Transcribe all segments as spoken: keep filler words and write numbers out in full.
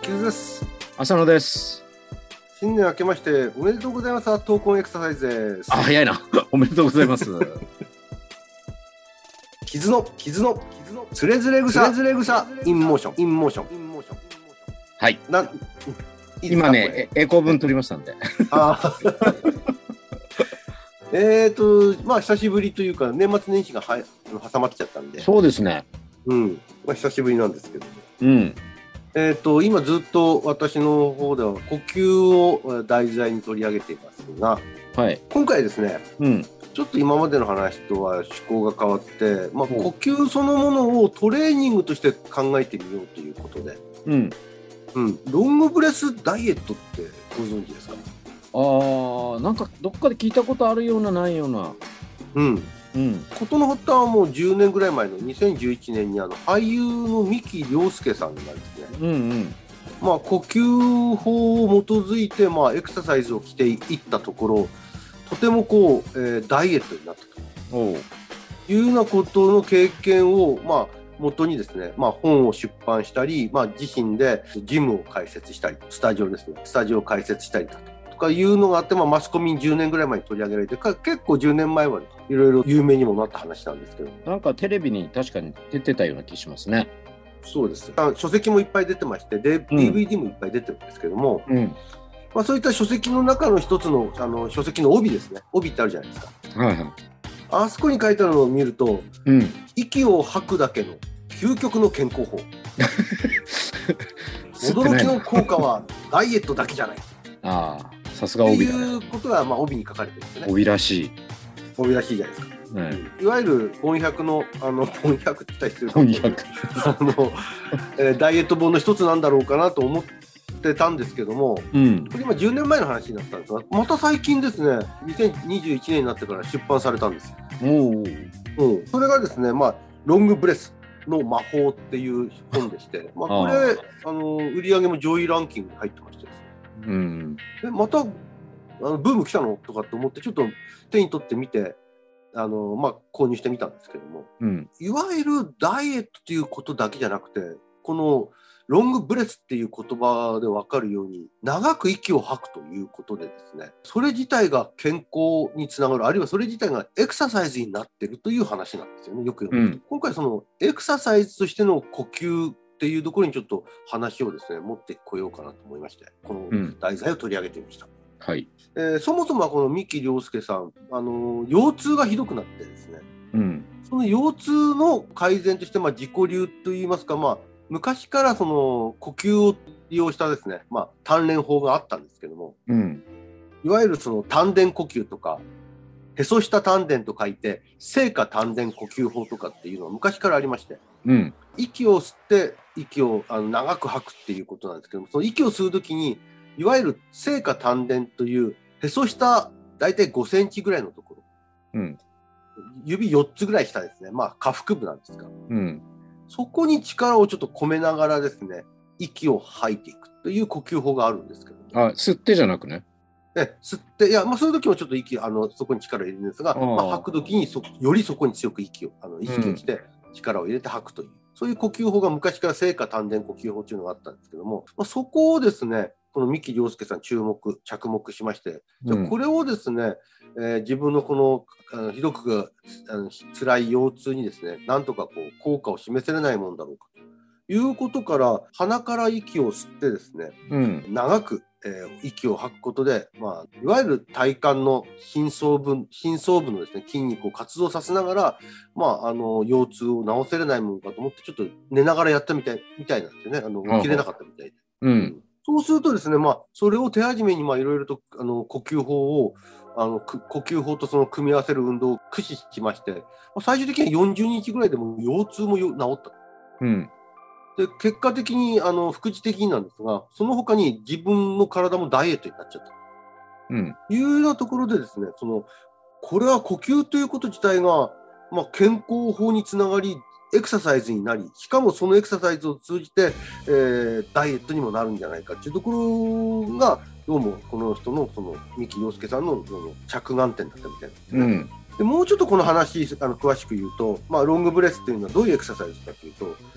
キズです。 浅野です。 新年明けましておめでとうございます。闘魂エクササイズです。 あ、早いな。おめでとうございます。 傷の傷の傷のつれづれ草つれづれ草インモーションインモーションインモーション。 はいな今ねエコー分取りましたんで。 あえーとまあ久しぶりというか年末年始がは挟まっちゃったんで。 そうですね。 うん。まあ久しぶりなんですけど。 うん。 えーと今ずっと私の方では呼吸を題材に取り上げていますが、 はい、 今回ですね、 うん、 ちょっと今までの話とは趣向が変わって、まあ、呼吸そのものをトレーニングとして考えてみようということで、 うんうん、ロングブレスダイエットってご存知ですか？ あー、なんかどっかで聞いたことあるようなないような。 うんうん、事の発端はもうじゅうねんぐらい前のにせんじゅういちねんにあの俳優の三木亮介さんがですね、 うんうんまあ、呼吸法を基づいて、まあ、エクササイズをしていったところとてもこう、えー、ダイエットになったというようなことの経験を、まあ、元にですね、まあ、本を出版したり、まあ、自身でジムを開設したりスタジオですねスタジオを開設したりだととかいうのがあって、まあ、マスコミにじゅうねんぐらい前に取り上げられて結構じゅうねんまえまでいろいろ有名にもなった話なんですけど、 なんかテレビに確かに出てたような気しますね。 そうです。あ書籍もいっぱい出てましてで、うん、ディーブイディー もいっぱい出てるんですけども、うんまあ、そういった書籍の中の一つ の, あの書籍の帯ですね。帯ってあるじゃないですか、はいはい、あそこに書いてあるのを見ると、うん、息を吐くだけの究極の健康法驚きの効果はダイエットだけじゃないああさすが帯だね。 ということが、まあ、帯に書かれてるんですね。 帯らしい帯らしいじゃないですか、 うん、 いわゆる翻訳のあの翻訳って言ったりする翻訳あの、えー、ダイエット本の一つなんだろうかなと思ってたんですけども、うん、これ今じゅうねんまえの話になったんですがまた最近ですねにせんにじゅういちねんになってから出版されたんですよ。おうおうそれがですね、まあ、ロングブレスの魔法っていう本でして、まあ、これあの売り上げも上位ランキングに入ってましてですね、うん、でまたあのブーム来たのとかって思ってちょっと手に取ってみてあの、まあ、購入してみたんですけども、うん、いわゆるダイエットということだけじゃなくてこのロングブレスっていう言葉で分かるように長く息を吐くということでですねそれ自体が健康につながるあるいはそれ自体がエクササイズになってるという話なんですよね。よく読むと、うん、今回そのエクササイズとしての呼吸っていうところにちょっと話をですね持ってこようかなと思いましてこの題材を取り上げてみました、うんはいえー、そもそもはこの三木亮介さん、あのー、腰痛がひどくなってですね、うん、その腰痛の改善として、まあ、自己流といいますか、まあ、昔からその呼吸を利用したですね、まあ、鍛錬法があったんですけども、うん、いわゆるその丹田呼吸とかへそ下丹田と書いて静下丹田呼吸法とかっていうのは昔からありまして、うん、息を吸って息をあの長く吐くっていうことなんですけどもその息を吸うときにいわゆる静下丹田というへそ下だいたいごセンチぐらいのところ、うん、指よっつぐらい下ですね、まあ下腹部なんですが、うん、そこに力をちょっと込めながらですね息を吐いていくという呼吸法があるんですけど、 あ吸ってじゃなくねえ吸っていや、まあ、そういう時もちょっと息あのそこに力を入れるんですが、まあ、吐く時にそよりそこに強く息をあの意識をして力を入れて吐くという、うん、そういう呼吸法が昔から静下丹田呼吸法というのがあったんですけども、まあ、そこをですねこの三木亮介さん注目着目しましてじゃあこれをですね、うんえー、自分のこのあのひどくあの辛い腰痛にですねなんとかこう効果を示せれないものだろうかということから鼻から息を吸ってですね、うん、長く、えー、息を吐くことで、まあ、いわゆる体幹の深層部深層部のですね筋肉を活動させながら、まあ、あの腰痛を治せれないものかと思ってちょっと寝ながらやったみたいみたいなんですよね。あの起きれなかったみたいで、うんうんそうするとですね、まあ、それを手始めにいろいろとあの呼吸法をあの呼吸法とその組み合わせる運動を駆使しまして、まあ、最終的にはよんじゅうにちぐらいでも腰痛も治った、うん、で結果的にあの副次的になんですがその他に自分の体もダイエットになっちゃった、うん、いうようなところでですねそのこれは呼吸ということ自体が、まあ、健康法につながりエクササイズになりしかもそのエクササイズを通じて、えー、ダイエットにもなるんじゃないかというところがどうもこの人のその三木亮介さん の, その着眼点だったみたいなんですね、うん、でもうちょっとこの話あの詳しく言うと、まあ、ロングブレスというのはどういうエクササイズかというと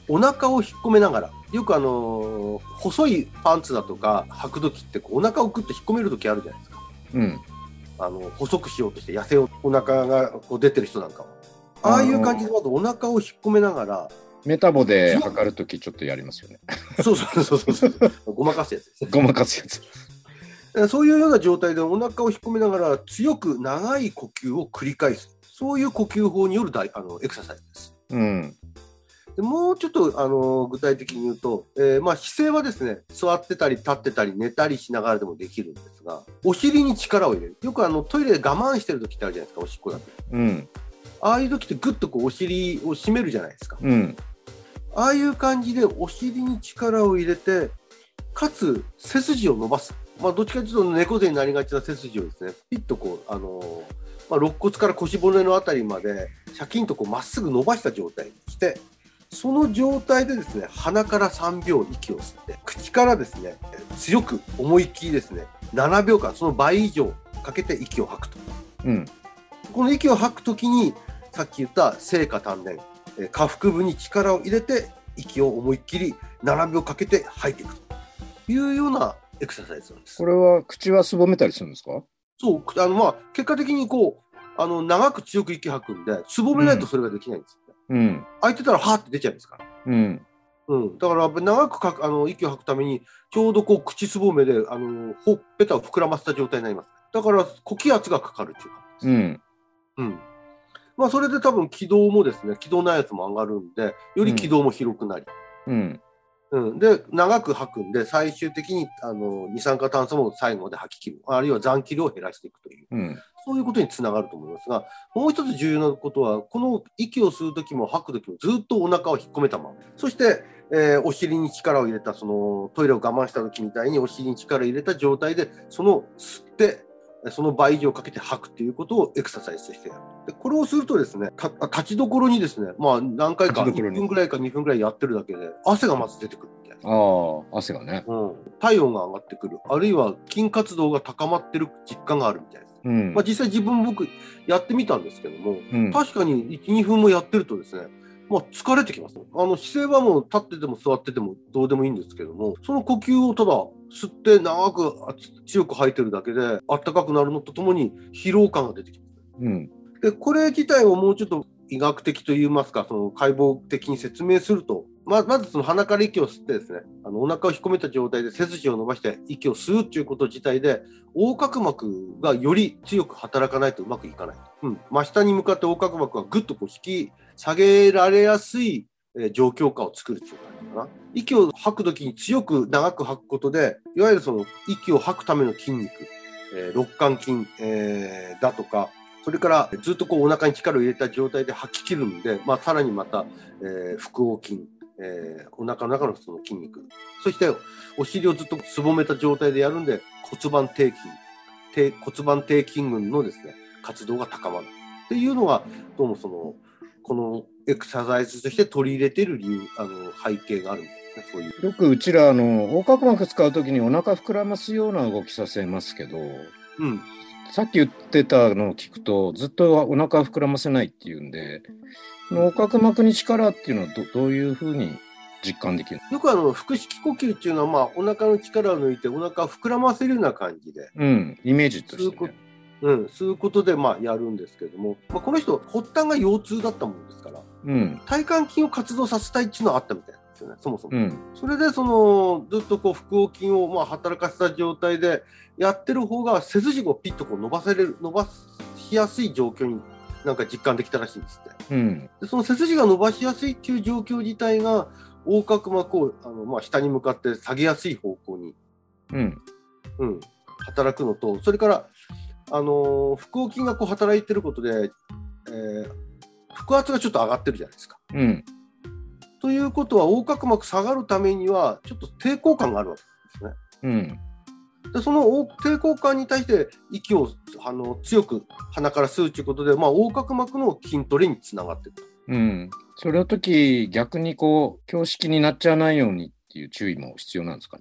お腹を引っ込めながら、よくあのー、細いパンツだとか履く時ってこうお腹をグッと引っ込める時あるじゃないですか。うん。あの細くしようとして痩せよう、お腹がこう出てる人なんかはああいう感じでまずお腹を引っ込めながら、 メタボで測るときちょっとやりますよね。 そうそうそうそうそうごまかすやつですね。 ごまかすやつ。 そういうような状態でお腹を引っ込めながら強く長い呼吸を繰り返す、そういう呼吸法による大あのエクササイズです。うん。でもうちょっとあの具体的に言うと、えーまあ、姿勢はですね、座ってたり立ってたり寝たりしながらでもできるんですが、お尻に力を入れる。よくあのトイレで我慢してる時ってあるじゃないですか、おしっこだけ。うん。ああいう時ってグッとこうお尻を締めるじゃないですか。うん。ああいう感じでお尻に力を入れて、かつ背筋を伸ばす。まあ、どっちかというと猫背になりがちな背筋をですね、ピッとこう、あのーまあ、肋骨から腰骨のあたりまでシャキンとこうまっすぐ伸ばした状態にして、その状態でですね、鼻からさんびょう息を吸って、口からですね、強く思いっきりですね、ななびょうかん、その倍以上かけて息を吐くと。うん、この息を吐くときに、さっき言った静下丹田、下腹部に力を入れて、息を思いっきりななびょうかけて吐いていくというようなエクササイズなんです。 これは口はすぼめたりするんですか？ そう、あのまあ結果的にこうあの長く強く息吐くんで、すぼめないとそれができないんですよね。うん、開いてたらはーって出ちゃいますから。うんうん、だから長くかくあの息を吐くためにちょうどこう口すぼめであのほっぺたを膨らませた状態になります。だから呼気圧がかかるっていう感じです。うんうん、まあそれで多分気道もですね、気道内圧も上がるんで、より気道も広くなり、うんうん、で長く吐くんで、最終的にあの二酸化炭素も最後で吐き切る、あるいは残気量を減らしていくという、うん、そういうことにつながると思いますが、もう一つ重要なことは、この息を吸うときも吐くときもずっとお腹を引っ込めたまま、そして、えー、お尻に力を入れた、そのトイレを我慢したときみたいにお尻に力を入れた状態で、その吸ってその倍以上かけて吐くということをエクササイズとしてやる。でこれをするとですね、た立ちどころにですね、まあ何回かいっぷんぐらいかにふんぐらいやってるだけで汗がまず出てくるみたいな。 ああ、汗がね、うん。 体温が上がってくる。あるいは筋活動が高まってる実感があるみたいです。うん、まあ、実際自分僕やってみたんですけども、うん、確かにいち、にふんもやってるとですね、まあ、疲れてきます。あの姿勢はもう立ってても座っててもどうでもいいんですけども、その呼吸をただ吸って長く強く吐いてるだけであったかくなるのとともに疲労感が出てきます。うん、でこれ自体をもうちょっと医学的といいますか、その解剖的に説明すると、ま, まずその鼻から息を吸ってですね、あのお腹を引っ込めた状態で背筋を伸ばして息を吸うということ自体で、横隔膜がより強く働かないとうまくいかない。うん、真下に向かって横隔膜がぐっとこう引き下げられやすい、えー、状況下を作るという感じかな。息を吐くときに強く長く吐くことで、いわゆるその息を吐くための筋肉、えー、肋間筋、えー、だとか、それからずっとこうお腹に力を入れた状態で吐き切るんで、まあ、さらにまた、えー、腹横筋、えー、お腹の中のその筋肉、そしてお尻をずっとすぼめた状態でやるんで、骨盤底筋、骨盤底筋群のですね、活動が高まるっていうのが、どうもそのこのエクササイズとして取り入れている理由、あの背景があるんですね。そういう。 よくうちらあの横隔膜使うときにお腹膨らますような動きさせますけど、うん。さっき言ってたのを聞くとずっとお腹膨らませないっていうんで、横隔膜に力っていうのは ど, どういうふうに実感できる？ よくあの腹式呼吸っていうのは、まあ、お腹の力を抜いてお腹を膨らませるような感じで、 うん、イメージとして、ね、 うん、そういうことでまあやるんですけども、まあ、この人発端が腰痛だったものですから、うん、体幹筋を活動させたいっていうのはあったみたいなんですよね、そもそも、うん、それでそのずっとこう腹横筋をまあ働かせた状態でやってる方が背筋をピッとこう伸ばせれる伸ばしやすい状況になんか実感できたらしいんですって、うん、でその背筋が伸ばしやすいっていう状況自体が横隔膜をあの、まあ、下に向かって下げやすい方向に、うんうん、働くのと、それからあのー、腹横筋がこう働いてることで、えー、腹圧がちょっと上がってるじゃないですか。うん、ということは横隔膜下がるためにはちょっと抵抗感があるわけですね。うん、でその抵抗感に対して息をあの強く鼻から吸うということで、まあ、横隔膜の筋トレにつながっていると。 うん、その時逆にこう胸式になっちゃわないようにっていう注意も必要なんですかね。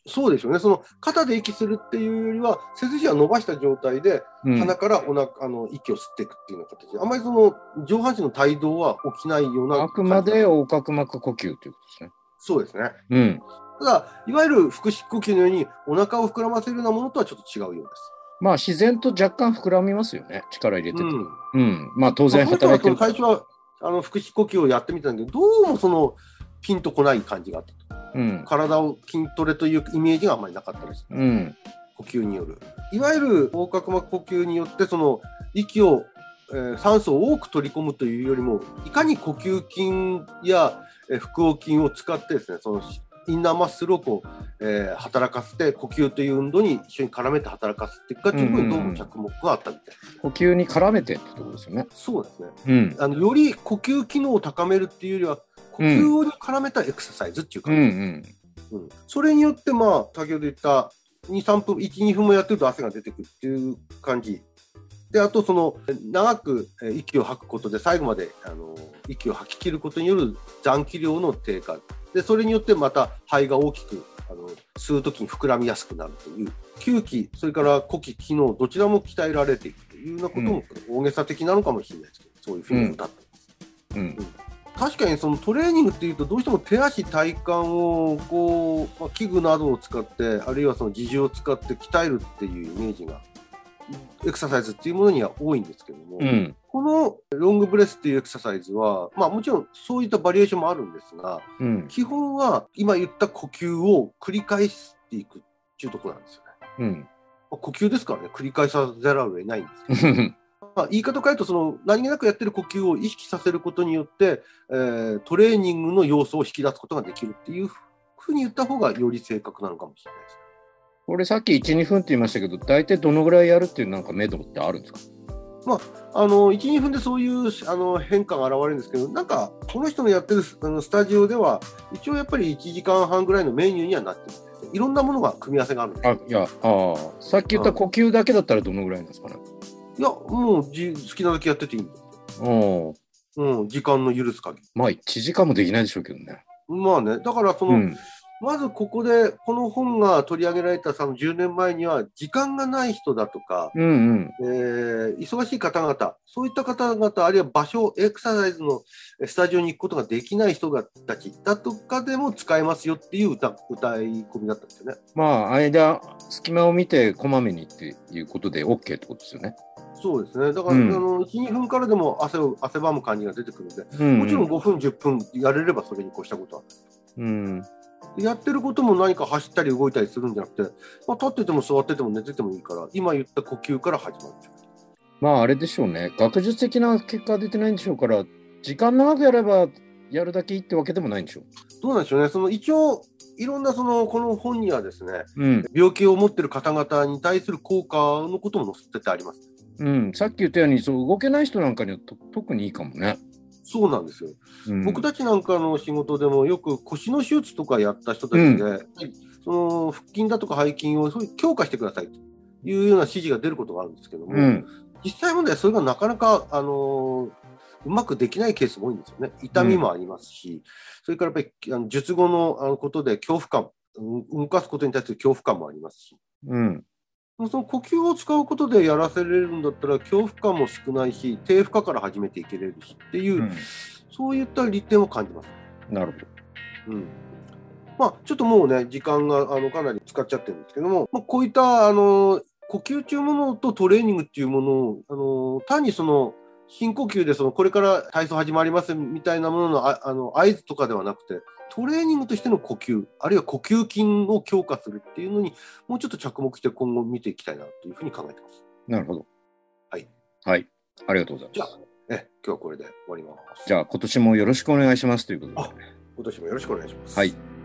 そうでしょうね。その肩で息するっていうよりは、背筋は伸ばした状態で、鼻からおなあの息を吸っていくっていうような形で、あまりその上半身の帯動は起きないような。 あくまで横隔膜呼吸ということですね。 そうですね。 うん。 ただ、いわゆる腹式呼吸のように、お腹を膨らませるようなものとはちょっと違うようです。 まあ、自然と若干膨らみますよね。力入れてて。うん。うん、まあ、当然働いてる。最初はあの腹式呼吸をやってみたんだけど、どうもそのピンとこない感じがあったと。うん、体を筋トレというイメージがあんまりなかったです、うん、呼吸によるいわゆる横隔膜呼吸によってその息を、えー、酸素を多く取り込むというよりもいかに呼吸筋や、えー、腹横筋を使ってですねそのインナーマッスルをこう、えー、働かせて呼吸という運動に一緒に絡めて働かせていくかというふうにどうも着目があったみたいな、 呼吸に絡めてってことですよね。 そうですね、うん、あのより呼吸機能を高めるっていうよりは呼吸に絡めたエクササイズっていう感じ、うんうんうん、それによってまあ先ほど言ったに、さんぷんいち、にふんもやってると汗が出てくるっていう感じで、あとその長く息を吐くことで最後まであの息を吐き切ることによる残気量の低下で、それによってまた肺が大きくあの吸うときに膨らみやすくなるという吸気それから呼気機能どちらも鍛えられていくというようなことも大げさ的なのかもしれないですけど、そういうふうに歌ってます、うんうんうん、確かにそのトレーニングっていうとどうしても手足体幹をこう、まあ、器具などを使ってあるいはその自重を使って鍛えるっていうイメージがエクササイズっていうものには多いんですけども、うん、このロングブレスっていうエクササイズは、まあ、もちろんそういったバリエーションもあるんですが、うん、基本は今言った呼吸を繰り返していくっていうところなんですよね、うんまあ、呼吸ですからね繰り返さざるを得ないんですけどまあ、言い方を変えるとその何気なくやってる呼吸を意識させることによって、えー、トレーニングの要素を引き出すことができるっていうふうに言った方がより正確なのかもしれないです。 これさっきいち、にふんって言いましたけど大体どのぐらいやるっていうなんか目処ってあるんですか？ まあ、あのいち、にふんでそういうあの変化が現れるんですけど、なんかこの人のやってるあのスタジオでは一応やっぱりいちじかんはんぐらいのメニューにはなってるんですね。いろんなものが組み合わせがあるんです。 あ、いや、あさっき言った呼吸だけだったらどのぐらいなんですかね？ いやもうじ好きなだけやってていいんだ。うん、時間の許す限り。 まあいちじかんもできないでしょうけどね。 まあね、だからその、うん、まずここでこの本が取り上げられたそのじゅうねんまえには時間がない人だとか、うんうんえー、忙しい方々そういった方々あるいは場所エクササイズのスタジオに行くことができない人たちだとかでも使えますよっていう 歌, 歌い込みだったんですよね。 まあ間隙間を見てこまめにっていうことで OK ってことですよね。 そうですね。だから、うん、あのいち、にふんからでも 汗を汗ばむ感じが出てくるので、うんうん、もちろんごふん、じゅっぷんやれればそれに越したことはない。うんやってることも何か走ったり動いたりするんじゃなくて、まあ、立ってても座ってても寝ててもいいから今言った呼吸から始まる。 まああれでしょうね、学術的な結果は出てないんでしょうから時間長くやればやるだけいいってわけでもないんでしょう。 どうなんでしょうね。その一応いろんなそのこの本にはですね、うん、病気を持っている方々に対する効果のことも載せてあります。 うん、さっき言ったようにそう動けない人なんかにはと特にいいかもね。 そうなんですよ、うん、僕たちなんかの仕事でもよく腰の手術とかやった人たちで、うん、その腹筋だとか背筋をそういう強化してくださいというような指示が出ることがあるんですけども、うん、実際問題それがなかなか、あのー、うまくできないケースも多いんですよね。痛みもありますし、うん、それからやっぱりあの術後のあのことで恐怖感、動かすことに対する恐怖感もありますし、うんその呼吸を使うことでやらせれるんだったら恐怖感も少ないし低負荷から始めていけれるしっていう、うん、そういった利点を感じます。 なるほど、 うんまあ、ちょっともうね時間があのかなり使っちゃってるんですけども、まあ、こういったあの呼吸というものとトレーニングっていうものをあの単にその深呼吸でそのこれから体操始まりますみたいなものの、ああの合図とかではなくてトレーニングとしての呼吸あるいは呼吸筋を強化するっていうのにもうちょっと着目して今後見ていきたいなというふうに考えています。 なるほど。 はい。 はい。ありがとうございます。 じゃあ、え今日はこれで終わります。 じゃあ今年もよろしくお願いしますということで。 あ、今年もよろしくお願いします。 はい。